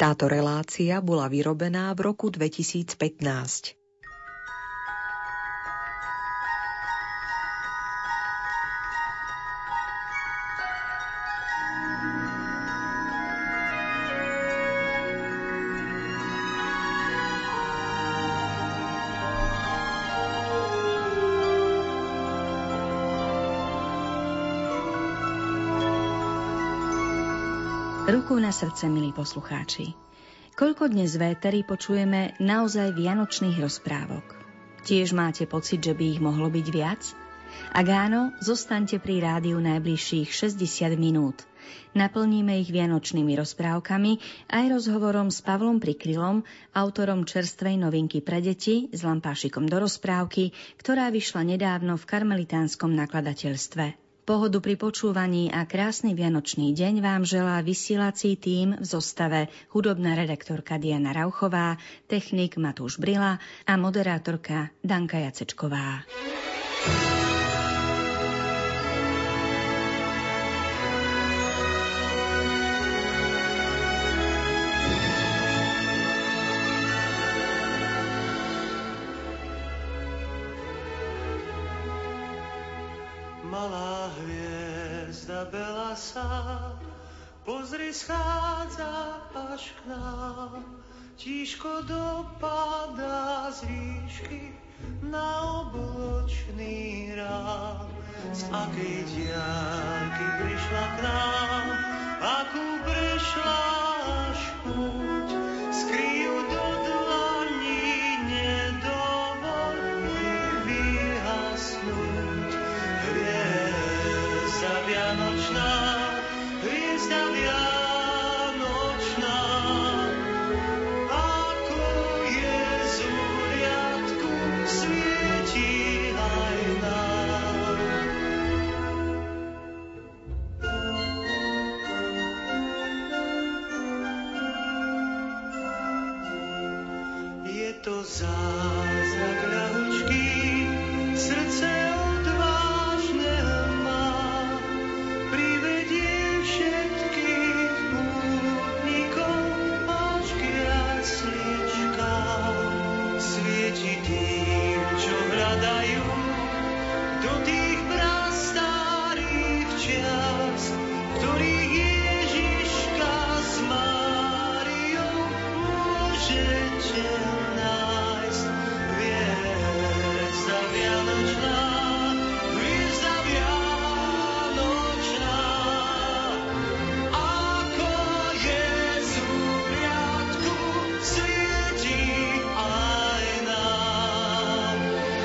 Táto relácia bola vyrobená v roku 2015. Ruku na srdce, milí poslucháči. Koľko dnes v éteri počujeme naozaj vianočných rozprávok? Tiež máte pocit, že by ich mohlo byť viac? Ak áno, zostaňte pri rádiu najbližších 60 minút. Naplníme ich vianočnými rozprávkami aj rozhovorom s Pavlom Prikrylom, autorom čerstvej novinky pre deti s lampášikom do rozprávky, ktorá vyšla nedávno v karmelitánskom nakladateľstve. Pohodu pri počúvaní a krásny vianočný deň vám želá vysielací tím v zostave hudobná redaktorka Diana Rauchová, technik Matúš Brila a moderátorka Danka Jacečková. Pozri, schádza až k nám, tížko dopadá z výšky na obločný rám. Z akej diaľky prišla k nám, akú prešla až púť, skryjú do dlaní, nedovol jej vyhasnúť. Hviezda vianočná, hviezda vianočná, ako je z úriadku, svieti aj nám. Je to zázrak ľahučký, srdce odvážne má, privedie všetkých pútnikov až k jasličkám. Svieti tým, čo hľadajú do tých prastarých čias, ktorých Ježiška s Máriou môžete nájsť. Hviezda vianočná, hviezda vianočná, ako je z úriadku, svieti aj nám.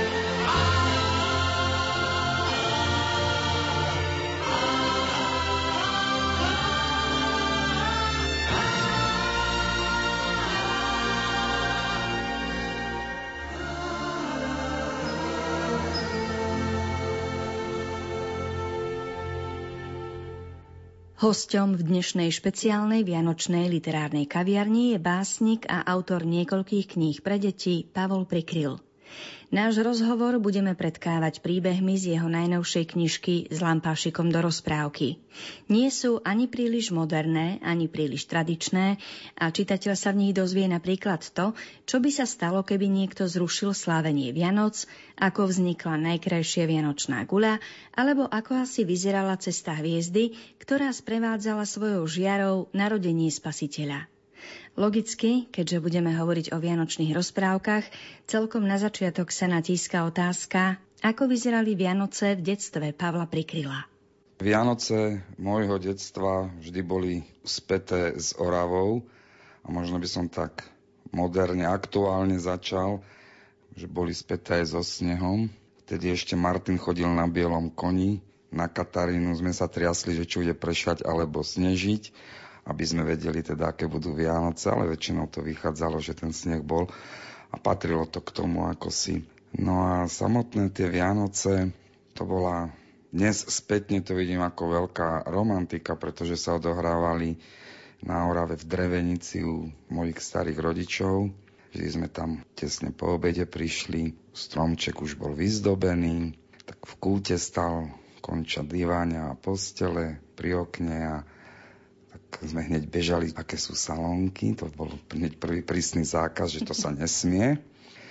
Hosťom v dnešnej špeciálnej vianočnej literárnej kaviarni je básnik a autor niekoľkých kníh pre deti Pavol Prikryl. Náš rozhovor budeme predkávať príbehmi z jeho najnovšej knižky S lampášikom do rozprávky. Nie sú ani príliš moderné, ani príliš tradičné a čitateľ sa v nich dozvie napríklad to, čo by sa stalo, keby niekto zrušil slávenie Vianoc, ako vznikla najkrajšia vianočná guľa, alebo ako asi vyzerala cesta hviezdy, ktorá sprevádzala svojou žiarou narodenie Spasiteľa. Logicky, keďže budeme hovoriť o vianočných rozprávkach, celkom na začiatok sa natíska otázka, ako vyzerali Vianoce v detstve Pavla Prikryla. Vianoce môjho detstva vždy boli späté s Oravou a možno by som tak moderne, aktuálne začal, že boli späté aj so snehom. Vtedy ešte Martin chodil na bielom koni, na Katarínu sme sa triasli, že či bude pršať alebo snežiť, aby sme vedeli teda, aké budú Vianoce, ale väčšinou to vychádzalo, že ten sneh bol a patrilo to k tomu ako si. No a samotné tie Vianoce, to bola, dnes spätne to vidím ako veľká romantika, pretože sa odohrávali na Orave v Drevenici u mojich starých rodičov. Vždy sme tam tesne po obede prišli, stromček už bol vyzdobený, tak v kúte stal konča diváňa a postele pri okne a tak sme hneď bežali, aké sú salónky. To bol hneď prvý prísny zákaz, že to sa nesmie.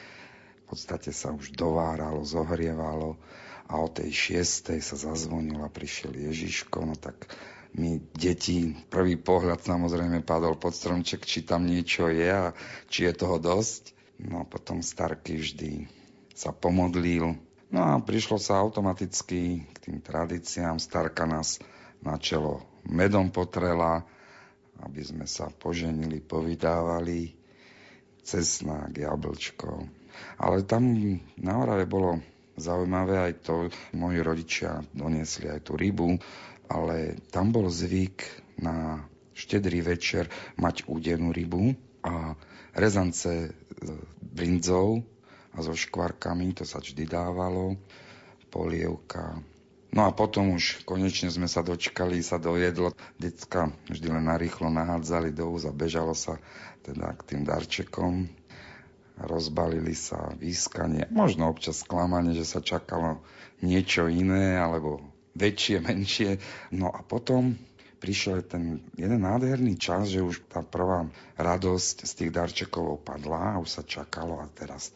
V podstate sa už dováralo, zohrievalo a o tej 6:00 sa zazvonil a prišiel Ježiško. No tak my, deti, prvý pohľad samozrejme padol pod stromček, či tam niečo je a či je toho dosť. No a potom Starky vždy sa pomodlil. No a prišlo sa automaticky k tým tradíciám. Starka nás na čelo medom potrela, aby sme sa poženili, povydávali, cesnák, jablčko. Ale tam na Orave bolo zaujímavé aj to, moji rodičia doniesli aj tú rybu, ale tam bol zvyk na štedrý večer mať údenú rybu a rezance s brindzou a so škvarkami, to sa vždy dávalo, polievka. No a potom už konečne sme sa dočkali, sa dojedlo. Decka vždy len narýchlo nahádzali do úza, bežalo sa teda k tým darčekom. Rozbalili sa výskanie, možno občas sklamanie, že sa čakalo niečo iné, alebo väčšie, menšie. No a potom prišiel ten jeden nádherný čas, že už tá prvá radosť z tých darčekov opadla a už sa čakalo a teraz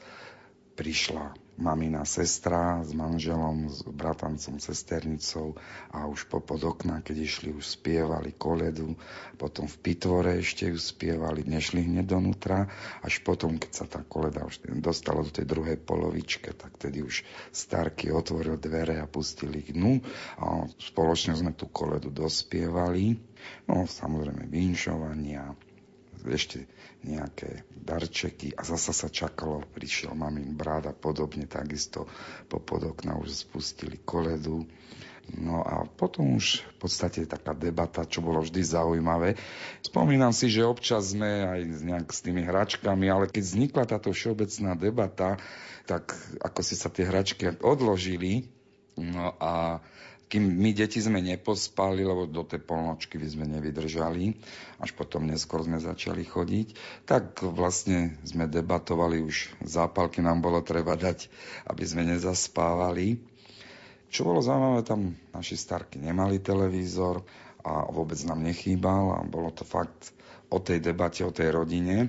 prišla mamina sestra s manželom, s bratancom, sesternicou a už popod okna, keď išli, už spievali koledu. Potom v pitvore ešte ju spievali, nešli hneď donútra. Až potom, keď sa tá koleda už dostala do tej druhej polovičke, tak tedy už Starky otvoril dvere a pustili ich dnu. A spoločne sme tú koledu dospievali. No, samozrejme, vinšovania, ešte nejaké darčeky a zasa sa čakalo, prišiel mamin brat a podobne, takisto popod okna už spustili koledu. No a potom už v podstate taká debata, čo bolo vždy zaujímavé. Spomínam si, že občas sme aj nejak s tými hračkami, ale keď vznikla táto všeobecná debata, tak ako si sa tie hračky odložili, no a kým my deti sme nepospali, lebo do tej polnočky by sme nevydržali, až potom neskôr sme začali chodiť, tak vlastne sme debatovali, už zápalky nám bolo treba dať, aby sme nezaspávali. Čo bolo zaujímavé, tam naši Starky nemali televízor a vôbec nám nechýbal a bolo to fakt o tej debate, o tej rodine.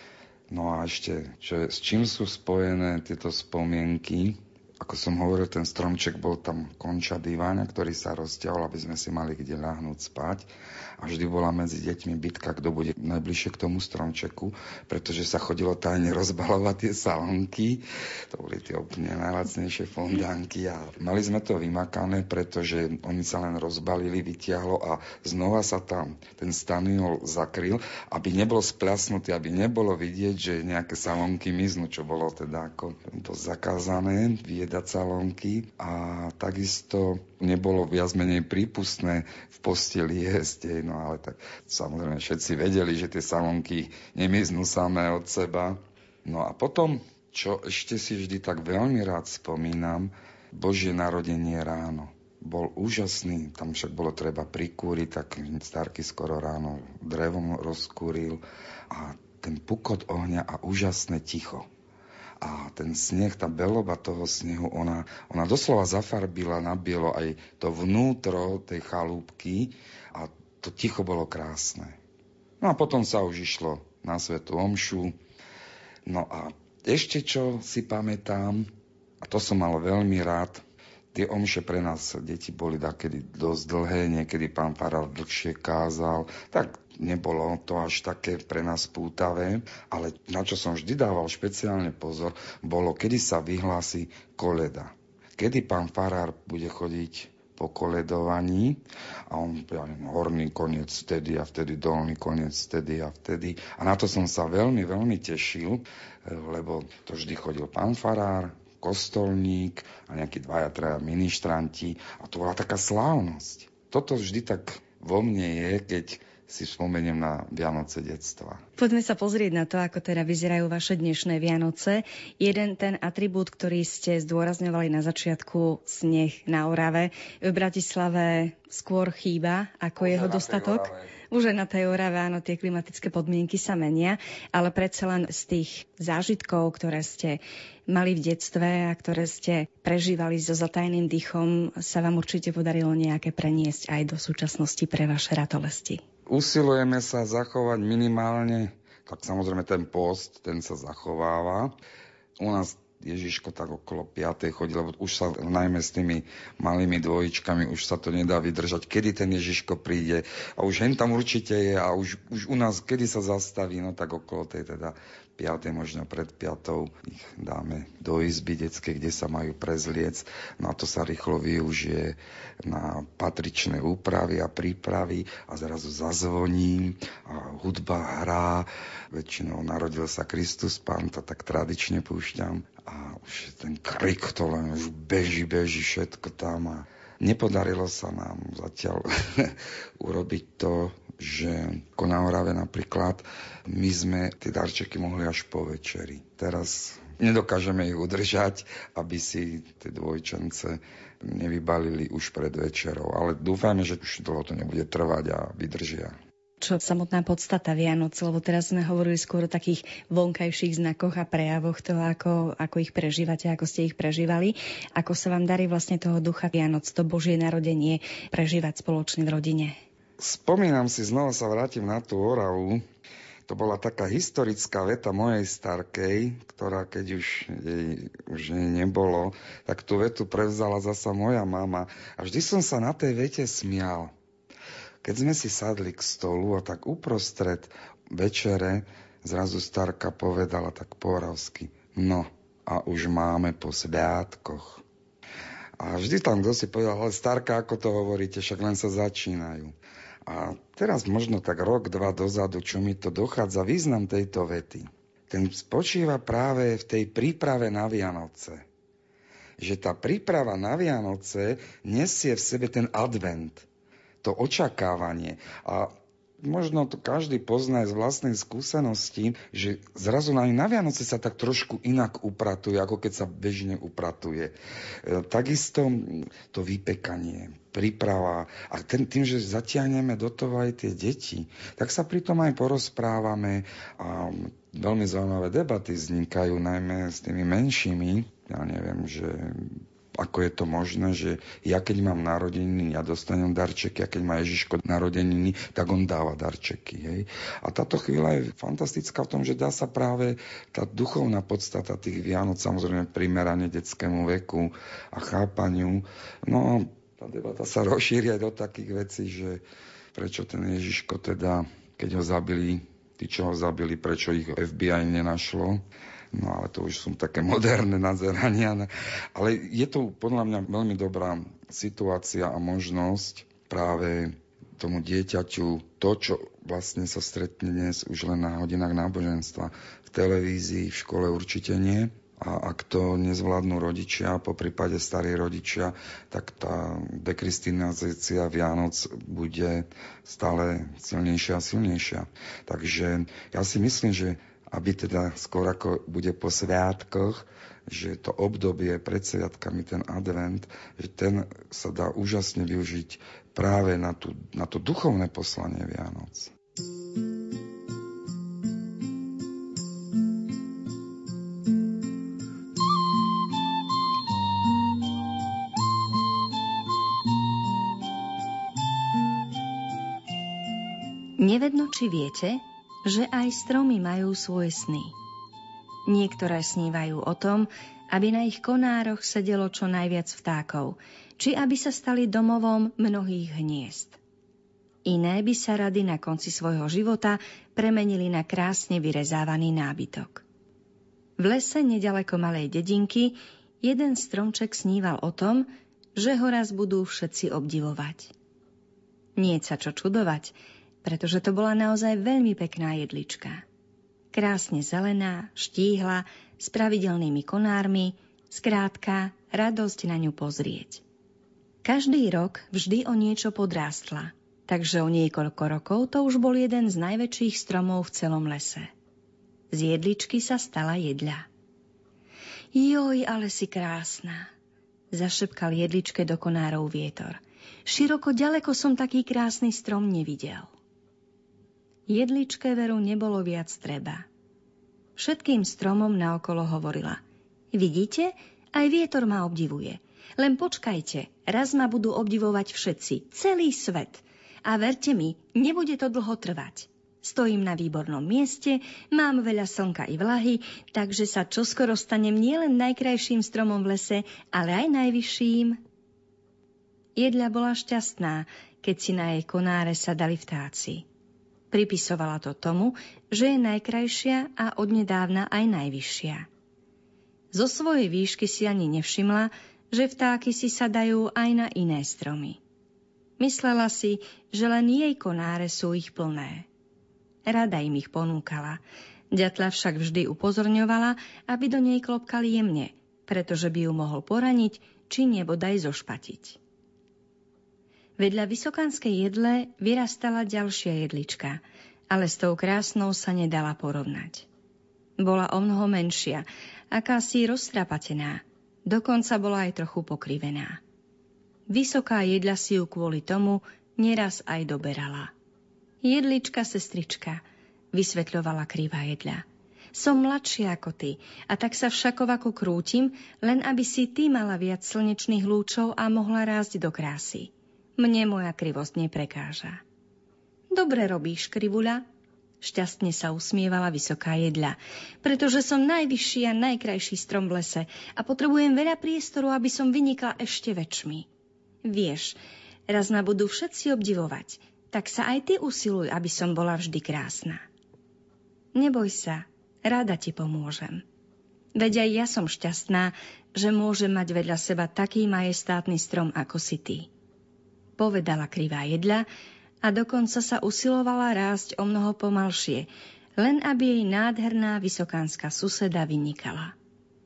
No a ešte, s čím sú spojené tieto spomienky? Ako som hovoril, ten stromček bol tam konča diváňa, ktorý sa rozťahol, aby sme si mali kde ľahnúť spať. A vždy bola medzi deťmi bitka, kto bude najbližšie k tomu stromčeku, pretože sa chodilo tajne rozbalovať tie salónky. To boli tie úplne najlacnejšie fondánky a mali sme to vymakané, pretože oni sa len rozbalili, vytiahlo a znova sa tam ten staniol zakryl, aby nebol splasnutý, aby nebolo vidieť, že nejaké salónky miznú, čo bolo teda ako dosť zakázané, dať salónky a takisto nebolo viac menej prípustné v posteli jesť. No ale tak samozrejme všetci vedeli, že tie salónky nemiznú samé od seba. No a potom, čo ešte si vždy tak veľmi rád spomínam, Božie narodenie ráno. Bol úžasný, tam však bolo treba prikúriť, tak Starky skoro ráno drevom rozkúril a ten pukot ohňa a úžasné ticho. A ten sneh, tá beloba toho snehu, ona doslova zafarbila na bielo aj to vnútro tej chalúbky a to ticho bolo krásne. No a potom sa už išlo na svätú omšu. No a ešte čo si pamätám, a to som mal veľmi rád, tie omše pre nás, deti, boli takedy dosť dlhé, niekedy pán farár dlhšie kázal, tak nebolo to až také pre nás pútavé, ale na čo som vždy dával špeciálne pozor, bolo, kedy sa vyhlási koleda. Kedy pán farár bude chodiť po koledovaní a on, horný koniec vtedy a vtedy, dolný koniec vtedy a vtedy. A na to som sa veľmi, veľmi tešil, lebo to vždy chodil pán farár, kostolník a nejakí 2-3 ministranti a to bola taká slávnosť. Toto vždy tak vo mne je, keď si spomeniem na Vianoce detstva. Poďme sa pozrieť na to, ako teda vyzerajú vaše dnešné Vianoce. Jeden ten atribút, ktorý ste zdôrazňovali na začiatku, sneh na Orave, v Bratislave skôr chýba ako jeho dostatok. Už aj na tej Orave, áno, tie klimatické podmienky sa menia, ale predsa len z tých zážitkov, ktoré ste mali v detstve a ktoré ste prežívali so zatajným dýchom, sa vám určite podarilo nejaké preniesť aj do súčasnosti pre vaše ratolesti. Usilujeme sa zachovať minimálne, tak samozrejme ten post, ten sa zachováva. U nás Ježiško tak okolo 5. chodí, lebo už sa najmä s tými malými dvojičkami už sa to nedá vydržať. Kedy ten Ježiško príde a už hen tam určite je a už u nás kedy sa zastaví, no tak okolo tej teda 5. možno pred 5. ich dáme do izby detskej, kde sa majú prezliec. No a to sa rýchlo využije na patričné úpravy a prípravy a zrazu zazvoní a hudba hrá. Väčšinou Narodil sa Kristus Pán, to tak tradične púšťam. A už ten krik, to len už beží všetko tam a nepodarilo sa nám zatiaľ urobiť to, že ako na Orave napríklad my sme tie darčeky mohli až po večeri. Teraz nedokážeme ich udržať, aby si tie dvojčence nevybalili už pred večerou, ale dúfajme, že už dlho to nebude trvať a vydržia. Čo samotná podstata Vianoc, lebo teraz sme hovorili skôr o takých vonkajších znakoch a prejavoch toho, ako ich prežívate, ako ste ich prežívali. Ako sa vám darí vlastne toho ducha Vianoc, to Božie narodenie prežívať spoločne v rodine? Spomínam si, znova sa vrátim na tú Oravu. To bola taká historická veta mojej starkej, ktorá keď už nebolo, tak tú vetu prevzala zasa moja mama. A vždy som sa na tej vete smial. Keď sme si sadli k stolu a tak uprostred večere zrazu starka povedala tak po oravsky: no a už máme po sviatkoch. A vždy tam kto si povedal: ale starka, ako to hovoríte, však len sa začínajú. A teraz možno tak rok, 2 dozadu, čo mi to dochádza, význam tejto vety. Ten spočíva práve v tej príprave na Vianoce. Že tá príprava na Vianoce nesie v sebe ten advent, to očakávanie. A možno to každý pozná z vlastnej skúsenosti, že zrazu na Vianoce sa tak trošku inak upratuje, ako keď sa bežne upratuje. Takisto to vypekanie, príprava. A tým, že zatiahneme do toho aj tie deti, tak sa pri tom aj porozprávame a veľmi zaujímavé debaty vznikajú, najmä s tými menšími. Ja neviem, že ako je to možné, že ja keď mám narodeniny, ja dostanem darčeky, a keď má Ježiško narodeniny, tak on dáva darčeky. Hej? A táto chvíľa je fantastická v tom, že dá sa práve tá duchovná podstata tých Vianoc, samozrejme primerane detskému veku a chápaniu. No, tá debata sa rozšíri aj do takých vecí, že prečo ten Ježiško teda, keď ho zabili, tí, čo ho zabili, prečo ich FBI nenašlo. No ale to už sú také moderné nazerania. Ale je to podľa mňa veľmi dobrá situácia a možnosť práve tomu dieťaťu to, čo vlastne sa stretne dnes už len na hodinách náboženstva. V televízii, v škole určite nie. A ak to nezvládnu rodičia, po prípade starí rodičia, tak tá dekristinácia Vianoc bude stále silnejšia a silnejšia. Takže ja si myslím, že aby teda skôr ako bude po sviatkoch, že to obdobie pred sviatkami, ten advent, že ten sa dá úžasne využiť práve na to duchovné poslanie Vianoc. Nevedno, či viete, že aj stromy majú svoje sny. Niektoré snívajú o tom, aby na ich konároch sedelo čo najviac vtákov, či aby sa stali domovom mnohých hniezd. Iné by sa rady na konci svojho života premenili na krásne vyrezávaný nábytok. V lese nedaleko malej dedinky jeden stromček sníval o tom, že ho raz budú všetci obdivovať. Nie sa čo čudovať, pretože to bola naozaj veľmi pekná jedlička. Krásne zelená, štíhla, s pravidelnými konármi, skrátka radosť na ňu pozrieť. Každý rok vždy o niečo podrástla, takže o niekoľko rokov to už bol jeden z najväčších stromov v celom lese. Z jedličky sa stala jedľa. Joj, ale si krásna, zašepkal jedličke do konárov vietor. Široko ďaleko som taký krásny strom nevidel. Jedličke veru nebolo viac treba. Všetkým stromom naokolo hovorila: vidíte, aj vietor ma obdivuje. Len počkajte, raz ma budú obdivovať všetci, celý svet. a verte mi, nebude to dlho trvať. Stojím na výbornom mieste, mám veľa slnka i vlahy, takže sa čoskoro stanem nielen najkrajším stromom v lese, ale aj najvyšším. Jedľa bola šťastná, keď si na jej konáre sadali vtáci. Pripisovala to tomu, že je najkrajšia a odnedávna aj najvyššia. Zo svojej výšky si ani nevšimla, že vtáky si sadajú aj na iné stromy. Myslela si, že len jej konáre sú ich plné. Rada im ich ponúkala. Ďatla však vždy upozorňovala, aby do nej klopkali jemne, pretože by ju mohol poraniť, či nebodaj zošpatiť. Vedľa vysokánskej jedle vyrastala ďalšia jedlička, ale s tou krásnou sa nedala porovnať. Bola omnoho menšia, akási roztrapatená, dokonca bola aj trochu pokrivená. Vysoká jedľa si ju kvôli tomu neraz aj doberala. Jedlička, sestrička, vysvetľovala krivá jedľa. Som mladšia ako ty a tak sa všakovako krútim, len aby si ty mala viac slnečných lúčov a mohla rásť do krásy. Mne moja krivosť neprekáža. Dobre robíš, krivuľa, šťastne sa usmievala vysoká jedľa, pretože som najvyšší a najkrajší strom v lese a potrebujem veľa priestoru, aby som vynikla ešte väčšmi. Vieš, raz ma budú všetci obdivovať, tak sa aj ty usiluj, aby som bola vždy krásna. Neboj sa, rada ti pomôžem. Veď aj ja som šťastná, že môžem mať vedľa seba taký majestátny strom, ako si ty. Povedala krivá jedľa a dokonca sa usilovala rásť omnoho pomalšie, len aby jej nádherná vysokánska suseda vynikala.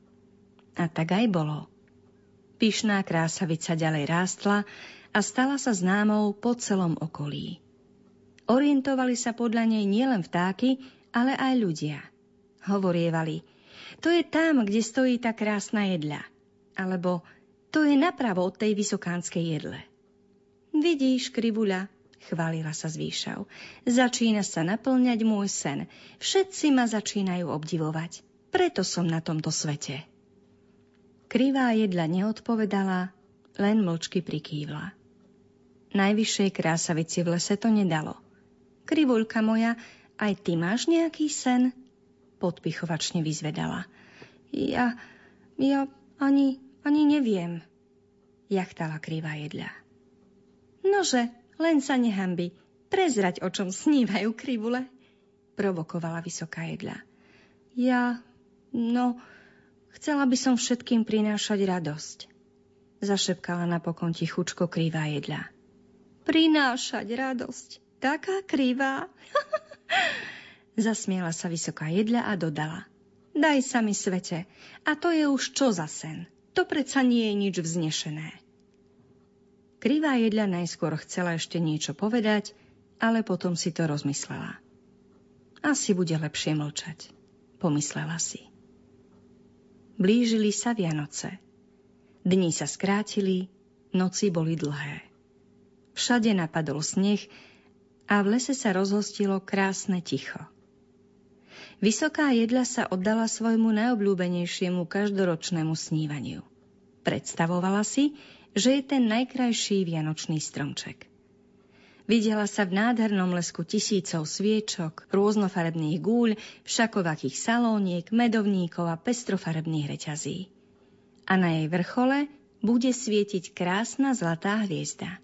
A tak aj bolo. Pyšná krásavica ďalej rástla a stala sa známou po celom okolí. Orientovali sa podľa nej nielen vtáky, ale aj ľudia. Hovorievali, to je tam, kde stojí tá krásna jedľa. Alebo to je napravo od tej vysokánskej jedle. Vidíš, krivuľa, chválila sa z výšav, začína sa naplňať môj sen. Všetci ma začínajú obdivovať. Preto som na tomto svete. Krivá jedľa neodpovedala, len mlčky prikývla. Najvyššej krásavici v lese to nedalo. Krivuľka moja, aj ty máš nejaký sen? Podpichovačne vyzvedala. Ja ani neviem, jachtala krivá jedľa. Nože, len sa nehanbi, prezrať, o čom snívajú krivule, provokovala vysoká jedľa. Chcela by som všetkým prinášať radosť, zašepkala napokon tichučko krivá jedľa. Prinášať radosť, taká krivá. Zasmiela sa vysoká jedľa a dodala. Daj sa mi svete, a to je už čo za sen. To predsa nie je nič vznešené. Krivá jedľa najskôr chcela ešte niečo povedať, ale potom si to rozmyslela. Asi bude lepšie mlčať, pomyslela si. Blížili sa Vianoce. Dni sa skrátili, noci boli dlhé. Všade napadol sneh a v lese sa rozhostilo krásne ticho. Vysoká jedľa sa oddala svojmu najobľúbenejšiemu každoročnému snívaniu. Predstavovala si, že je ten najkrajší vianočný stromček. Videla sa v nádhernom lesku tisícov sviečok, rôznofarebných gúľ, všakovakých salóniek, medovníkov a pestrofarebných reťazí. A na jej vrchole bude svietiť krásna zlatá hviezda.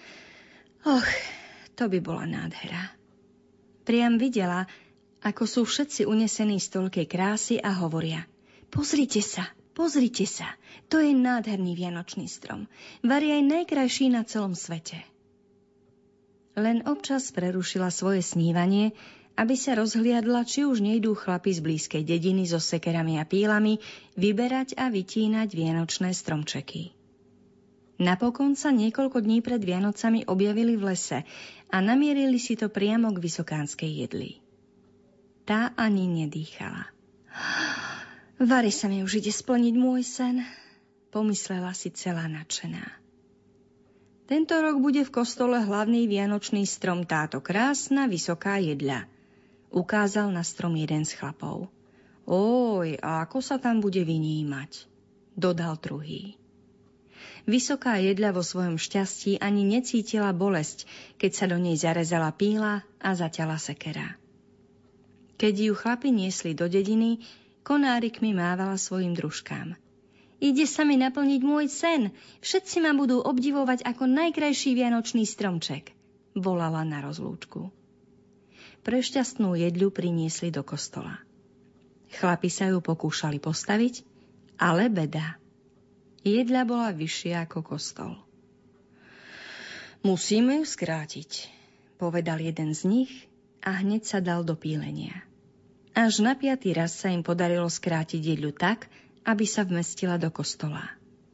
To by bola nádhera. Priam videla, ako sú všetci unesení z toľkej krásy a hovoria: Pozrite sa, to je nádherný vianočný strom. Vari aj najkrajší na celom svete. Len občas prerušila svoje snívanie, aby sa rozhliadla, či už nejdú chlapi z blízkej dediny so sekerami a pílami vyberať a vytínať vianočné stromčeky. Napokon sa niekoľko dní pred Vianocami objavili v lese a namierili si to priamo k vysokánskej jedli. Tá ani nedýchala. Vari sa mi už ide splniť môj sen, pomyslela si celá nadšená. Tento rok bude v kostole hlavný vianočný strom táto krásna vysoká jedľa, ukázal na strom jeden z chlapov. A ako sa tam bude vynímať, dodal druhý. Vysoká jedľa vo svojom šťastí ani necítila bolesť, keď sa do nej zarezala píla a zaťala sekera. Keď ju chlapi niesli do dediny, konárikmi mávala svojim družkám. Ide sa mi naplniť môj sen. Všetci ma budú obdivovať ako najkrajší vianočný stromček, volala na rozlúčku. Prešťastnú jedľu priniesli do kostola. Chlapi sa ju pokúšali postaviť, ale beda. Jedľa bola vyššia ako kostol. Musíme ju skrátiť, povedal jeden z nich a hneď sa dal do pílenia. Až na 5. raz sa im podarilo skrátiť jedľu tak, aby sa vmestila do kostola.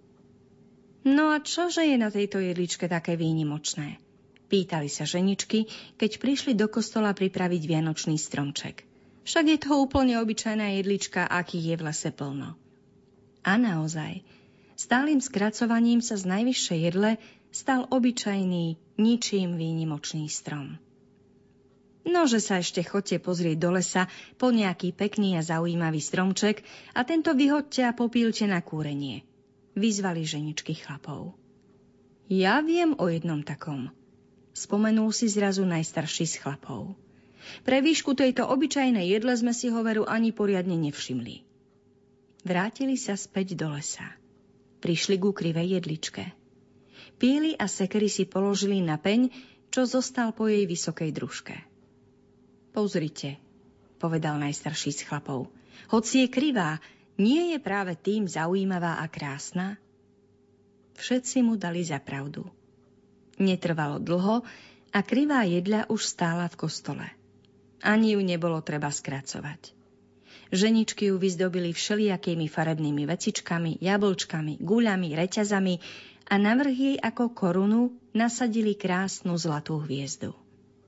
No a čože je na tejto jedličke také výnimočné? Pýtali sa ženičky, keď prišli do kostola pripraviť vianočný stromček. Však je to úplne obyčajná jedlička, akých je v lese plno. A naozaj, stálym skracovaním sa z najvyššej jedle stal obyčajný, ničím výnimočný strom. Nože sa ešte chodte pozrieť do lesa po nejaký pekný a zaujímavý stromček a tento vyhoďte a popílte na kúrenie, vyzvali ženičky chlapov. Ja viem o jednom takom, spomenul si zrazu najstarší z chlapov. Pre výšku tejto obyčajnej jedle sme si ho veru ani poriadne nevšimli. Vrátili sa späť do lesa. Prišli ku krivej jedličke. Píly a sekery si položili na peň, čo zostal po jej vysokej družke. Pozrite, povedal najstarší z chlapov. Hoci je krivá, nie je práve tým zaujímavá a krásna? Všetci mu dali za pravdu. Netrvalo dlho a krivá jedľa už stála v kostole. Ani ju nebolo treba skracovať. Ženičky ju vyzdobili všelijakými farebnými vecičkami, jablčkami, guľami, reťazami a navrch jej ako korunu nasadili krásnu zlatú hviezdu.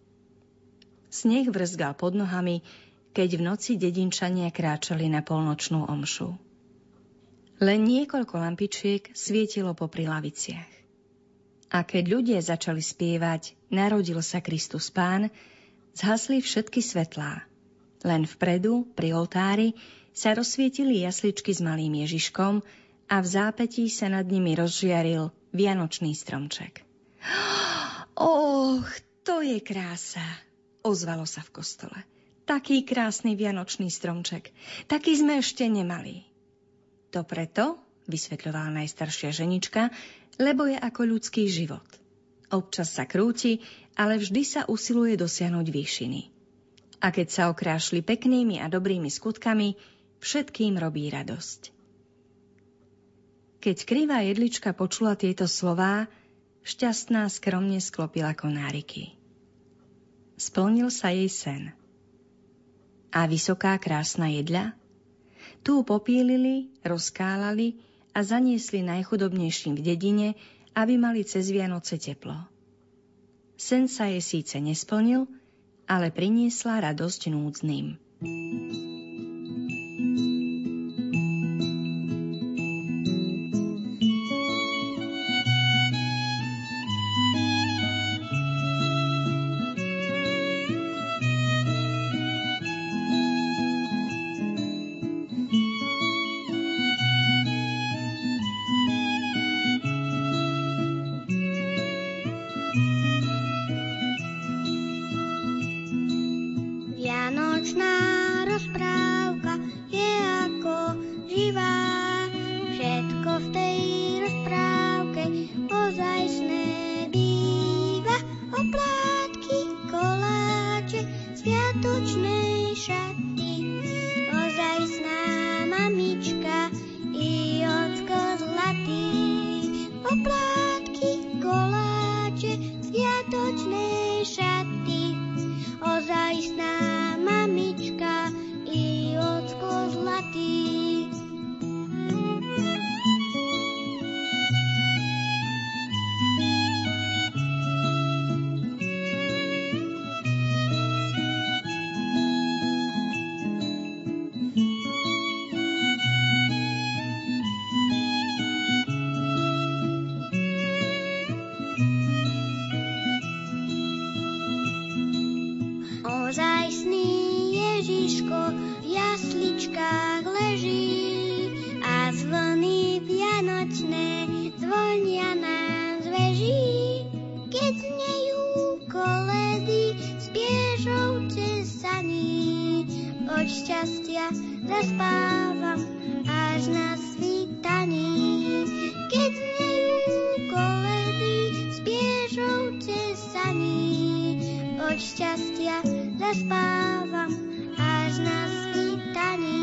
Sneh vrzgal pod nohami, keď v noci dedinčania kráčali na polnočnú omšu. Len niekoľko lampičiek svietilo popri laviciach. A keď ľudia začali spievať Narodil sa Kristus Pán, zhasli všetky svetlá. Len vpredu, pri oltári, sa rozsvietili jasličky s malým Ježiškom a v zápätí sa nad nimi rozžiaril vianočný stromček. Och, to je krása, ozvalo sa v kostole. Taký krásny vianočný stromček, taký sme ešte nemali. To preto, vysvetľovala najstaršia ženička, lebo je ako ľudský život. Občas sa krúti, ale vždy sa usiluje dosiahnuť výšiny. A keď sa okrášli peknými a dobrými skutkami, všetkým robí radosť. Keď krivá jedlička počula tieto slová, šťastná skromne sklopila konáriky. Splnil sa jej sen. A vysoká krásna jedľa? Tu popílili, rozkálali a zaniesli najchudobnejším v dedine, aby mali cez Vianoce teplo. Sen sa jej síce nesplnil, ale priniesla radosť núdznym. Vianočná rozpráva na svítaní, keď znejú koledy z piežou tesaní. Od šťastia zaspávam až na svítaní.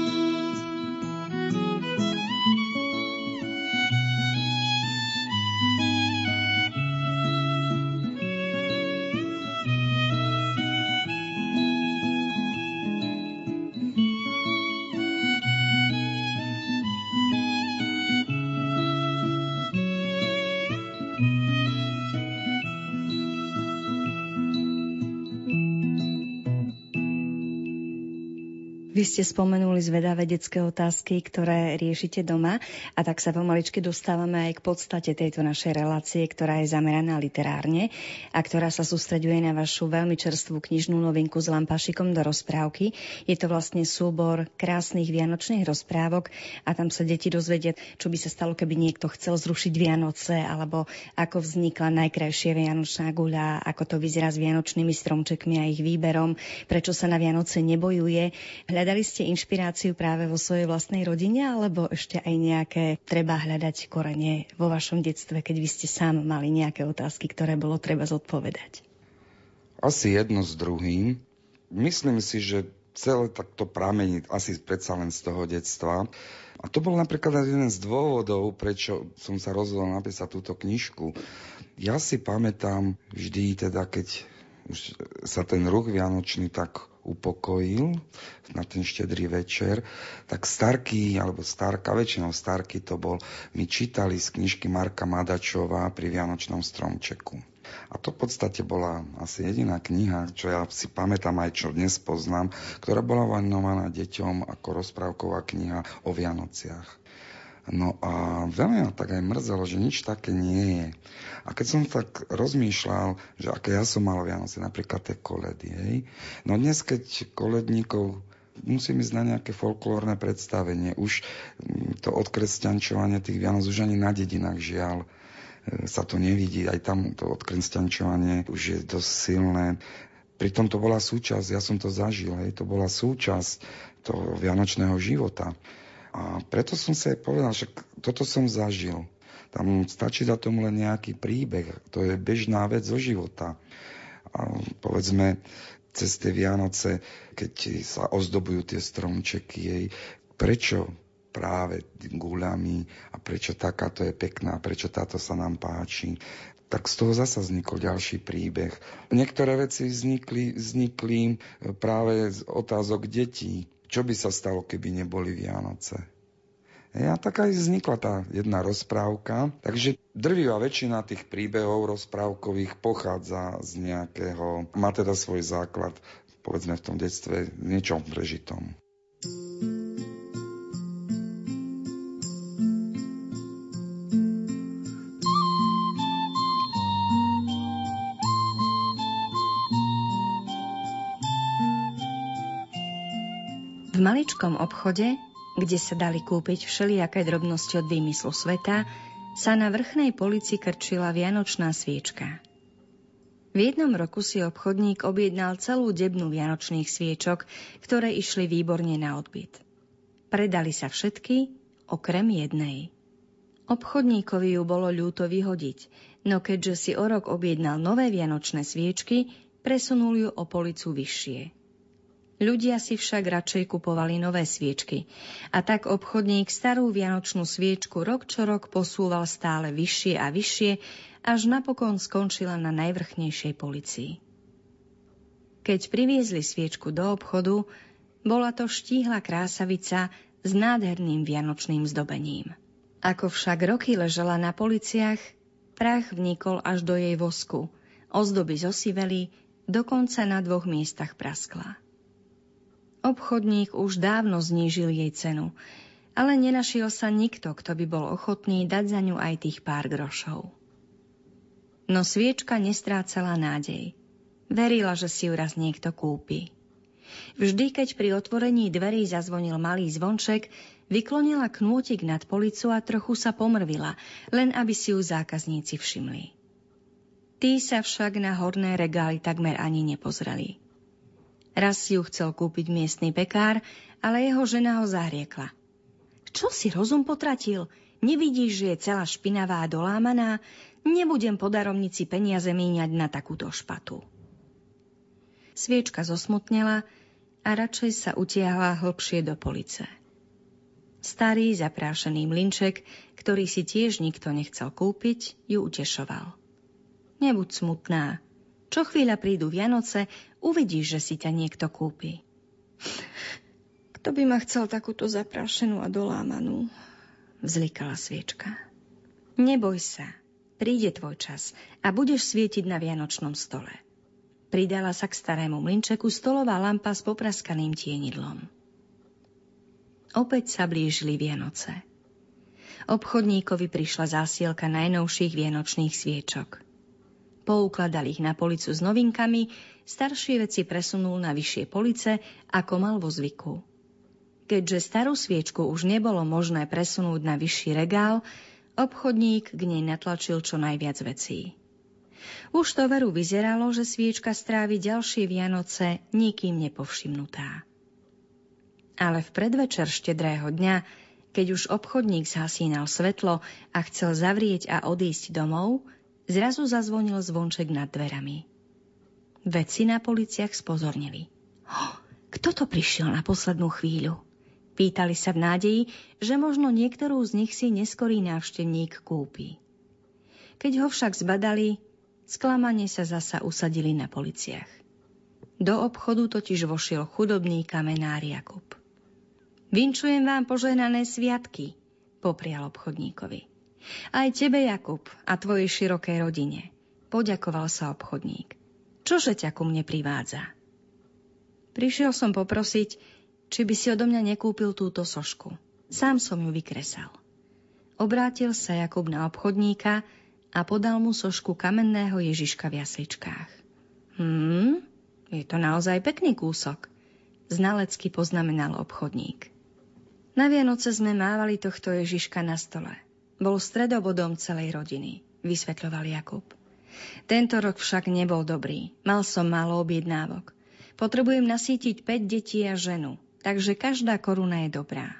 Vy ste spomenuli zvedavé detské otázky, ktoré riešite doma, a tak sa pomaličky dostávame aj k podstate tejto našej relácie, ktorá je zameraná literárne a ktorá sa sústreďuje na vašu veľmi čerstvú knižnú novinku S lampašikom do rozprávky. Je to vlastne súbor krásnych vianočných rozprávok a tam sa deti dozvedia, čo by sa stalo, keby niekto chcel zrušiť Vianoce, alebo ako vznikla najkrajšia vianočná guľa, ako to vyzerá s vianočnými stromčekmi a ich výberom, prečo sa na Vianoce nebojuje. Hľadali ste inšpiráciu práve vo svojej vlastnej rodine, alebo ešte aj nejaké treba hľadať korene vo vašom detstve, keď vy ste sám mali nejaké otázky, ktoré bolo treba zodpovedať? Asi jedno s druhým. Myslím si, že celé takto pramení asi predsa len z toho detstva. A to bol napríklad jeden z dôvodov, prečo som sa rozhodol napísať túto knižku. Ja si pamätám vždy, teda keď už sa ten ruch vianočný tak upokojil na ten štedrý večer, tak starky, alebo starka, väčšinou starky to bol, mi čítali z knižky Marka Madačova Pri vianočnom stromčeku. A to v podstate bola asi jediná kniha, čo ja si pamätám aj čo dnes poznám, ktorá bola venovaná deťom ako rozprávková kniha o Vianociach. No a veľmi ma tak aj mrzelo, že nič také nie je. A keď som tak rozmýšľal, že aké ja som mal Vianoce, napríklad tie koledy, hej. No dnes, keď koledníkov musím ísť na nejaké folklórne predstavenie, už to odkresťančovanie tých Vianoc už ani na dedinách, žiaľ, sa to nevidí. Aj tam to odkresťančovanie už je dosť silné. Pritom to bola súčasť, ja som to zažil, hej, to bola súčasť toho vianočného života. A preto som si aj povedal, že toto som zažil. Tam stačí dať tomu len nejaký príbeh. To je bežná vec zo života. A povedzme, cez tie Vianoce, keď sa ozdobujú tie stromčeky, prečo práve guľami a prečo takáto je pekná, prečo táto sa nám páči. Tak z toho zasa vznikol ďalší príbeh. Niektoré veci vznikli práve z otázok detí. Čo by sa stalo, keby neboli Vianoce? A tak aj vznikla tá jedna rozprávka. Takže drvivá väčšina tých príbehov rozprávkových pochádza z nejakého, má teda svoj základ, povedzme v tom detstve, niečom prežitom. V maličkom obchode, kde sa dali kúpiť všelijaké drobnosti od výmyslu sveta, sa na vrchnej polici krčila vianočná sviečka. V jednom roku si obchodník objednal celú debnu vianočných sviečok, ktoré išli výborne na odbyt. Predali sa všetky, okrem jednej. Obchodníkovi ju bolo ľúto vyhodiť, no keďže si o rok objednal nové vianočné sviečky, presunul ju o policu vyššie. Ľudia si však radšej kupovali nové sviečky a tak obchodník starú vianočnú sviečku rok čo rok posúval stále vyššie a vyššie, až napokon skončila na najvrchnejšej polícii. Keď priviezli sviečku do obchodu, bola to štíhla krásavica s nádherným vianočným zdobením. Ako však roky ležela na policiach, prach vnikol až do jej vosku, ozdoby zosiveli, dokonca na 2 miestach praskla. Obchodník už dávno znížil jej cenu, ale nenašiel sa nikto, kto by bol ochotný dať za ňu aj tých pár grošov. No sviečka nestrácala nádej. Verila, že si ju raz niekto kúpi. Vždy, keď pri otvorení dverí zazvonil malý zvonček, vyklonila knôtik nad policu a trochu sa pomrvila, len aby si ju zákazníci všimli. Tí sa však na horné regály takmer ani nepozreli. Raz si ju chcel kúpiť miestny pekár, ale jeho žena ho zahriekla. Čo si rozum potratil? Nevidíš, že je celá špinavá a dolámaná? Nebudem po daromnici peniaze míňať na takúto špatu. Sviečka zosmutnela a radšej sa utiahla hlbšie do police. Starý zaprášený mlynček, ktorý si tiež nikto nechcel kúpiť, ju utešoval. Nebuď smutná. Čo chvíľa prídu Vianoce, uvidíš, že si ťa niekto kúpi. Kto by ma chcel takúto zaprášenú a dolámanú? Vzlikala Sviečka. Neboj sa, príde tvoj čas a budeš svietiť na vianočnom stole. Pridala sa k starému mlynčeku stolová lampa s popraskaným tienidlom. Opäť sa blížili Vianoce. Obchodníkovi prišla zásielka najnovších vianočných sviečok. Poukladal ich na policu s novinkami, staršie veci presunul na vyššie police, ako mal vo zvyku. Keďže starú sviečku už nebolo možné presunúť na vyšší regál, obchodník k nej natlačil čo najviac vecí. Už to veru vyzeralo, že sviečka strávi ďalšie Vianoce nikým nepovšimnutá. Ale v predvečer štedrého dňa, keď už obchodník zhasínal svetlo a chcel zavrieť a odísť domov, zrazu zazvonil zvonček nad dverami. Vedci na policiach spozornili. Kto to prišiel na poslednú chvíľu? Pýtali sa v nádeji, že možno niektorú z nich si neskorý návštevník kúpi. Keď ho však zbadali, sklamane sa zasa usadili na policiach. Do obchodu totiž vošiel chudobný kamenár Jakub. Vinčujem vám požehnané sviatky, poprial obchodníkovi. Aj tebe, Jakub, a tvojej širokej rodine, poďakoval sa obchodník. Čože ťa ku mne privádza? Prišiel som poprosiť, či by si odo mňa nekúpil túto sošku. Sám som ju vykresal. Obrátil sa Jakub na obchodníka a podal mu sošku kamenného Ježiška v jasličkách. Je to naozaj pekný kúsok, znalecky poznamenal obchodník. Na Vianoce sme mávali tohto Ježiška na stole. Bol stredobodom celej rodiny, vysvetľoval Jakub. Tento rok však nebol dobrý, mal som málo objednávok. Potrebujem nasýtiť 5 detí a ženu, takže každá koruna je dobrá.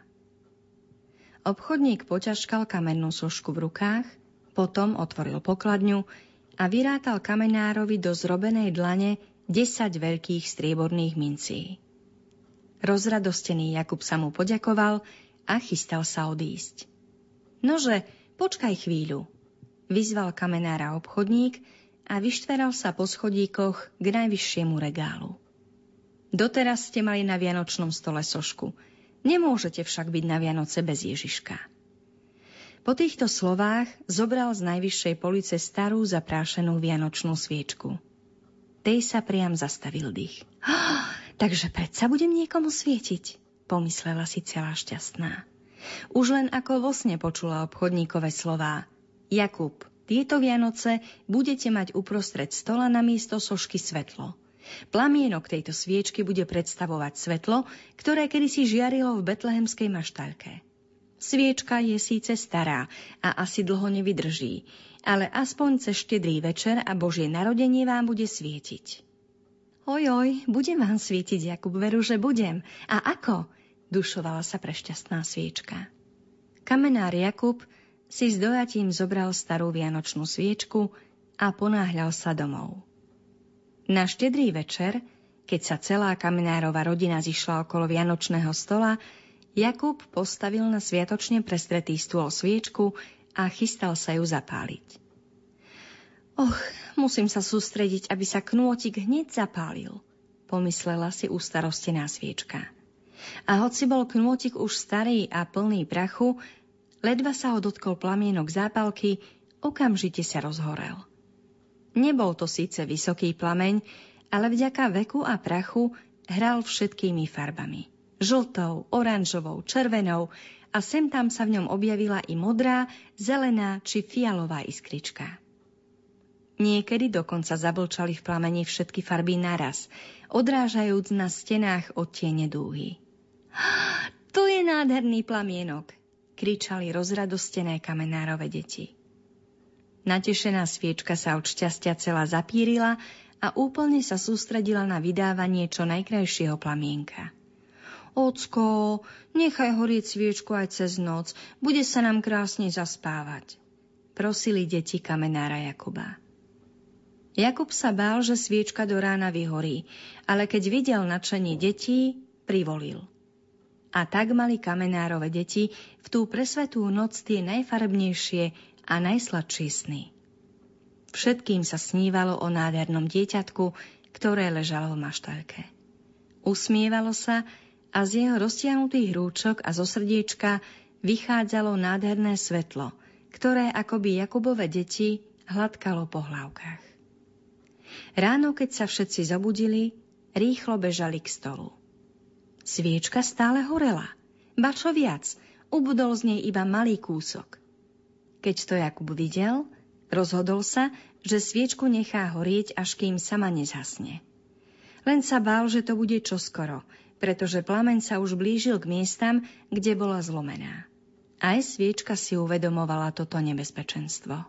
Obchodník poťažkal kamennú sošku v rukách, potom otvoril pokladňu a vyrátal kamenárovi do zrobenej dlane 10 veľkých strieborných mincí. Rozradostený Jakub sa mu poďakoval a chystal sa odísť. Nože, počkaj chvíľu, vyzval kamenára obchodník a vyštveral sa po schodíkoch k najvyššiemu regálu. Doteraz ste mali na vianočnom stole sošku, nemôžete však byť na Vianoce bez Ježiška. Po týchto slovách zobral z najvyššej police starú zaprášenú vianočnú sviečku. Tej sa priam zastavil dých. Takže predsa budem niekomu svietiť, pomyslela si celá šťastná. Už len ako vo sne počula obchodníkove slová. Jakub, tieto Vianoce budete mať uprostred stola namiesto sošky svetlo. Plamienok tejto sviečky bude predstavovať svetlo, ktoré kedysi žiarilo v betlehemskej maštaľke. Sviečka je síce stará a asi dlho nevydrží, ale aspoň cez štedrý večer a Božie narodenie vám bude svietiť. Ojoj, budem vám svietiť, Jakub, veru, že budem. A ako? Dušovala sa prešťastná sviečka. Kamenár Jakub si s dojatím zobral starú vianočnú sviečku a ponáhľal sa domov. Na štedrý večer, keď sa celá kamenárova rodina zišla okolo vianočného stola, Jakub postavil na sviatočne prestretý stôl sviečku a chystal sa ju zapáliť. Musím sa sústrediť, aby sa knôtik hneď zapálil, pomyslela si ustarostená sviečka. A hoci bol knôtik už starý a plný prachu, ledva sa ho dotkol plamienok zápalky, okamžite sa rozhorel. Nebol to síce vysoký plameň, ale vďaka veku a prachu hral všetkými farbami. Žltou, oranžovou, červenou a sem tam sa v ňom objavila i modrá, zelená či fialová iskrička. Niekedy dokonca zablčali v plameni všetky farby naraz, odrážajúc na stenách odtiene dúhy. To je nádherný plamienok, kričali rozradostené kamenárove deti. Natešená sviečka sa od šťastia celá zapírila a úplne sa sústredila na vydávanie čo najkrajšieho plamienka. Ocko, nechaj horieť sviečku aj cez noc, bude sa nám krásne zaspávať, prosili deti kamenára Jakuba. Jakub sa bál, že sviečka do rána vyhorí, ale keď videl nadšenie detí, privolil. A tak mali kamenárove deti v tú presvetú noc tie najfarebnejšie a najsladšie sny. Všetkým sa snívalo o nádhernom dieťatku, ktoré ležalo v maštaľke. Usmievalo sa a z jeho roztiahnutých rúčok a zo srdiečka vychádzalo nádherné svetlo, ktoré akoby Jakubove deti hladkalo po hlavkách. Ráno, keď sa všetci zobudili, rýchlo bežali k stolu. Sviečka stále horela, ba čo viac, ubudol z nej iba malý kúsok. Keď to Jakub videl, rozhodol sa, že sviečku nechá horieť, až kým sama nezhasne. Len sa bál, že to bude čoskoro, pretože plameň sa už blížil k miestam, kde bola zlomená. Aj sviečka si uvedomovala toto nebezpečenstvo.